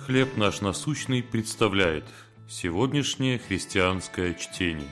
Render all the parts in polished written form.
«Хлеб наш насущный» представляет сегодняшнее христианское чтение.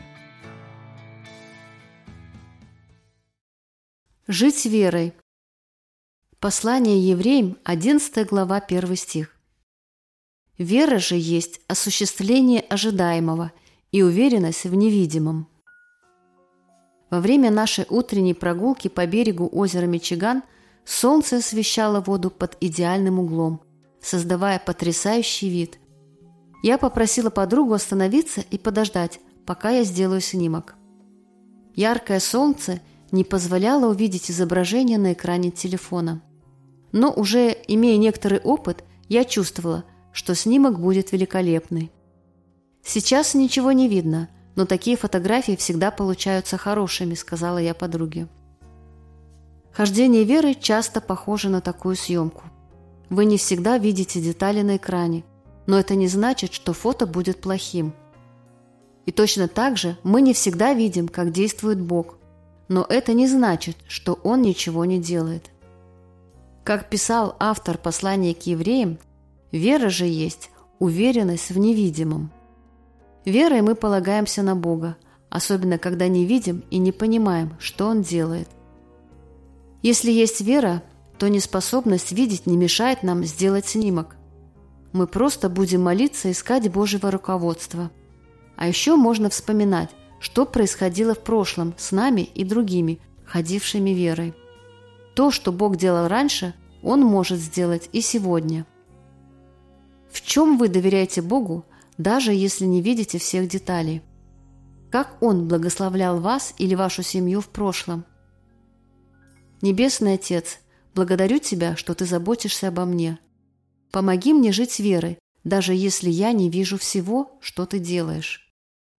Жить верой. Послание евреям, 11 глава, 1 стих. «Вера же есть осуществление ожидаемого и уверенность в невидимом». Во время нашей утренней прогулки по берегу озера Мичиган солнце освещало воду под идеальным углом, создавая потрясающий вид. Я попросила подругу остановиться и подождать, пока я сделаю снимок. Яркое солнце не позволяло увидеть изображение на экране телефона. Но уже имея некоторый опыт, я чувствовала, что снимок будет великолепный. Сейчас ничего не видно, но такие фотографии всегда получаются хорошими, сказала я подруге. Хождение веры часто похоже на такую съемку. Вы не всегда видите детали на экране, но это не значит, что фото будет плохим. И точно так же мы не всегда видим, как действует Бог, но это не значит, что Он ничего не делает. Как писал автор послания к евреям, вера же есть уверенность в невидимом. Верой мы полагаемся на Бога, особенно когда не видим и не понимаем, что Он делает. Если есть вера, то неспособность видеть не мешает нам сделать снимок. Мы просто будем молиться и искать Божьего руководства. А еще можно вспоминать, что происходило в прошлом с нами и другими, ходившими верой. То, что Бог делал раньше, Он может сделать и сегодня. В чем вы доверяете Богу, даже если не видите всех деталей? Как Он благословлял вас или вашу семью в прошлом? Небесный Отец, благодарю Тебя, что Ты заботишься обо мне. Помоги мне жить с верой, даже если я не вижу всего, что Ты делаешь.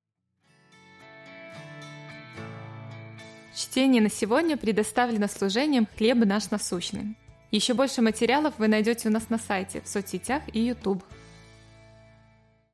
Чтение на сегодня предоставлено служением «Хлеб наш насущный». Еще больше материалов вы найдете у нас на сайте, в соцсетях и YouTube.